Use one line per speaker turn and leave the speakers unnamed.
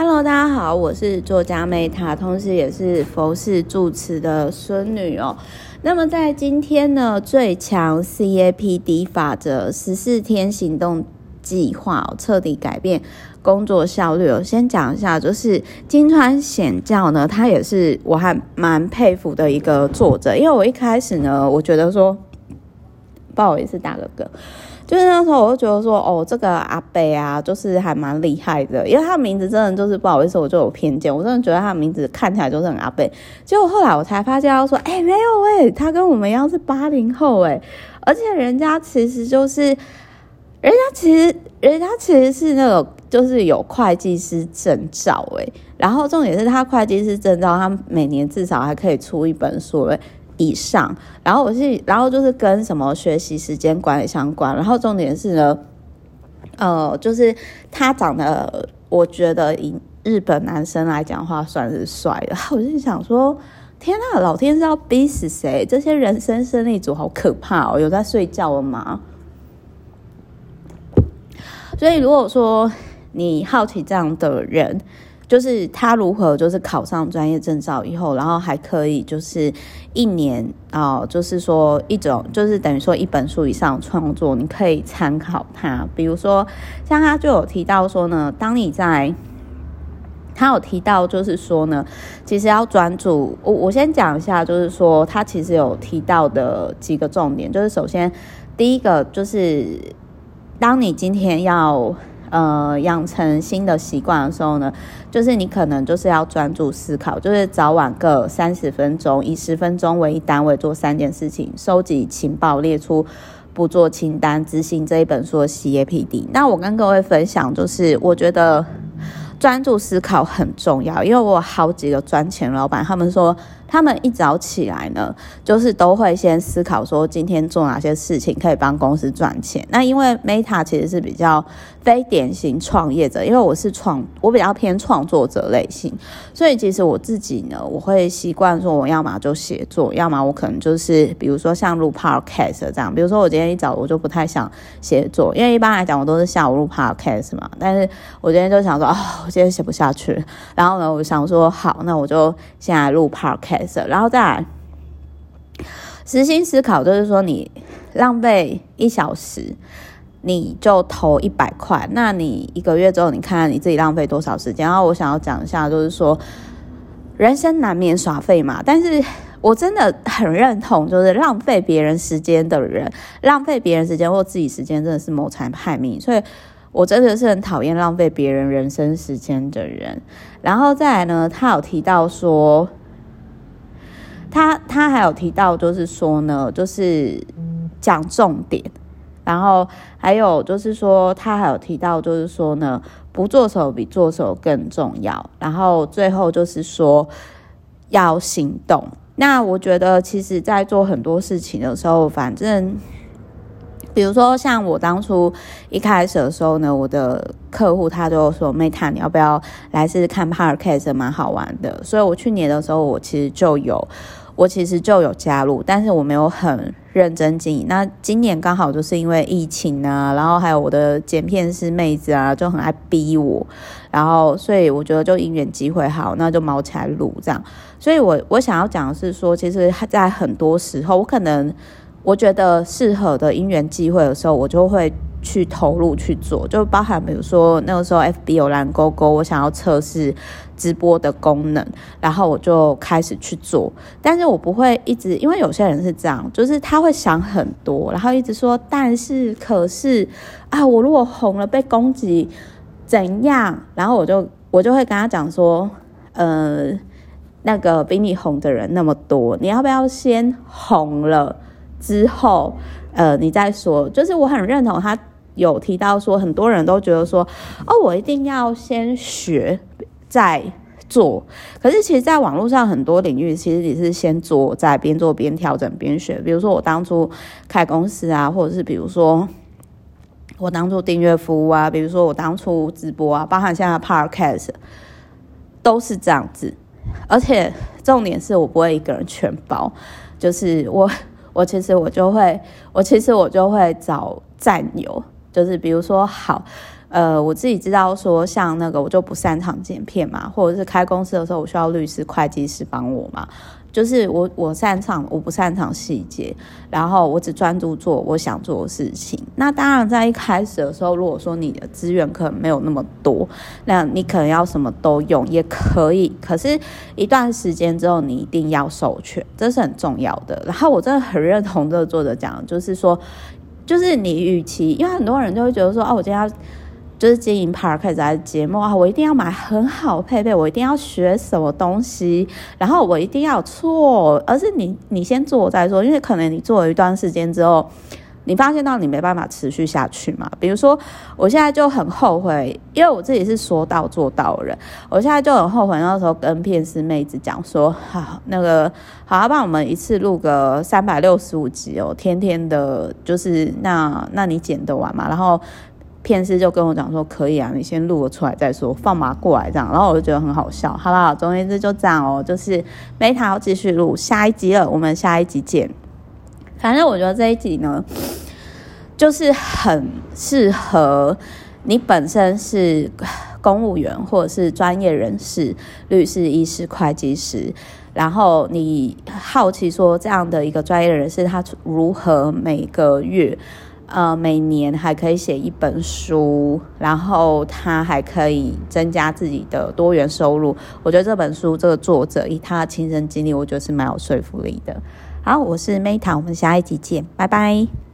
Hello， 大家好，我是作家Meta，同时也是佛系住持的孙女哦。那么在今天呢，最强 CAPD 法则14天行动计划彻底改变工作效率。我先讲一下，就是金川显教呢，他也是我还蛮佩服的一个作者，因为我一开始呢，我觉得说，不好意思打个嗝。就是那时候我就觉得说，这个阿伯啊，就是还蛮厉害的，因为他名字真的就是不好意思，我就有偏见，我真的觉得他的名字看起来就是很阿伯。结果后来我才发现，他说，没有他跟我们一样是80后而且人家其实就是，人家其实是那个就是有会计师证照然后重点是他会计师证照，他每年至少还可以出一本书以上，然后就是跟什么学习时间管理相关，然后重点是呢，就是他长得，我觉得以日本男生来讲的话，算是帅的。我就想说，天哪，老天是要逼死谁？这些人生胜利组好可怕哦！有在睡觉了吗？所以如果说你好奇这样的人，就是他如何就是考上专业证照以后，然后还可以就是一年就是说一种就是等于说一本书以上创作，你可以参考他。比如说像他就有提到说呢，他有提到就是说呢，其实要专注。我先讲一下，就是说他其实有提到的几个重点，就是首先第一个就是当你今天要养成新的习惯的时候呢，就是你可能就是要专注思考，就是早晚各30分钟，以10分钟为一单位做3件事情：收集情报，列出不做清单，执行这一本书的 CAPD。那我跟各位分享，就是我觉得专注思考很重要，因为我有好几个专钱老板，他们说他们一早起来呢，就是都会先思考说今天做哪些事情可以帮公司赚钱。那因为 Meta 其实是比较非典型创业者，因为我比较偏创作者类型，所以其实我自己呢，我会习惯说我要么就写作，要么我可能就是比如说像录 podcast 这样。比如说我今天一早我就不太想写作，因为一般来讲我都是下午录 podcast 嘛，但是我今天就想说我今天写不下去，然后呢我想说好，那我就现在录 podcast。然后再来实心思考，就是说你浪费1小时你就投100块，那你1个月之后你看看你自己浪费多少时间。然后我想要讲一下，就是说人生难免耍废嘛，但是我真的很认同，就是浪费别人时间的人，浪费别人时间或自己时间真的是谋财害命，所以我真的是很讨厌浪费别人人生时间的人。然后再来呢，他有提到说他还有提到就是说呢，就是讲重点，然后还有就是说他还有提到就是说呢，不做手比做手更重要，然后最后就是说要行动。那我觉得其实在做很多事情的时候，反正比如说像我当初一开始的时候呢，我的客户他就说 Meta 你要不要来试试看 Podcast， 蛮好玩的。所以我去年的时候我其实就有加入，但是我没有很认真经营。那今年刚好就是因为疫情啊，然后还有我的剪片师妹子啊就很爱逼我，然后所以我觉得就因缘机会好，那就毛起来录这样。所以我想要讲的是说，其实在很多时候我觉得适合的因缘机会的时候，我就会去投入去做，就包含比如说那个时候 FB 有蓝勾勾，我想要测试直播的功能，然后我就开始去做。但是我不会一直，因为有些人是这样，就是他会想很多，然后一直说但是可是我如果红了被攻击怎样，然后我就会跟他讲说那个比你红的人那么多，你要不要先红了之后你再说。就是我很认同他有提到说，很多人都觉得说我一定要先学再做，可是其实在网络上很多领域，其实你是先做再边做边调整边学。比如说我当初开公司啊，或者是比如说我当初订阅服务啊，比如说我当初直播啊，包含现在的 podcast 都是这样子。而且重点是我不会一个人全包，就是我其实我就会找战友，就是比如说好我自己知道说，像那个我就不擅长剪片嘛，或者是开公司的时候，我需要律师、会计师帮我嘛。就是我不擅长细节，然后我只专注做我想做的事情。那当然，在一开始的时候，如果说你的资源可能没有那么多，那你可能要什么都用也可以。可是，一段时间之后，你一定要授权，这是很重要的。然后，我真的很认同这个作者讲的，就是说，就是你与其，因为很多人就会觉得说，我今天要就是经营 Podcast 的节目我一定要买很好配备，我一定要学什么东西，然后我一定要做，而是你先做再说，因为可能你做了一段时间之后，你发现到你没办法持续下去嘛。比如说，我现在就很后悔，因为我自己是说到做到的人，我现在就很后悔那时候跟片师妹子讲说，好，要帮我们一次录个365集天天的，就是那你剪得完嘛？然后片师就跟我讲说可以啊，你先录了出来再说，放马过来这样，然后我就觉得很好笑。好啦，总而言之就这样就是Meta要继续录下一集了，我们下一集见。反正我觉得这一集呢，就是很适合你本身是公务员或者是专业人士，律师、医师、会计师，然后你好奇说这样的一个专业人士他如何每个月每年还可以写一本书，然后他还可以增加自己的多元收入。我觉得这本书这个作者以他的亲身经历，我觉得是蛮有说服力的。好，我是 Meta， 我们下一集见，拜拜。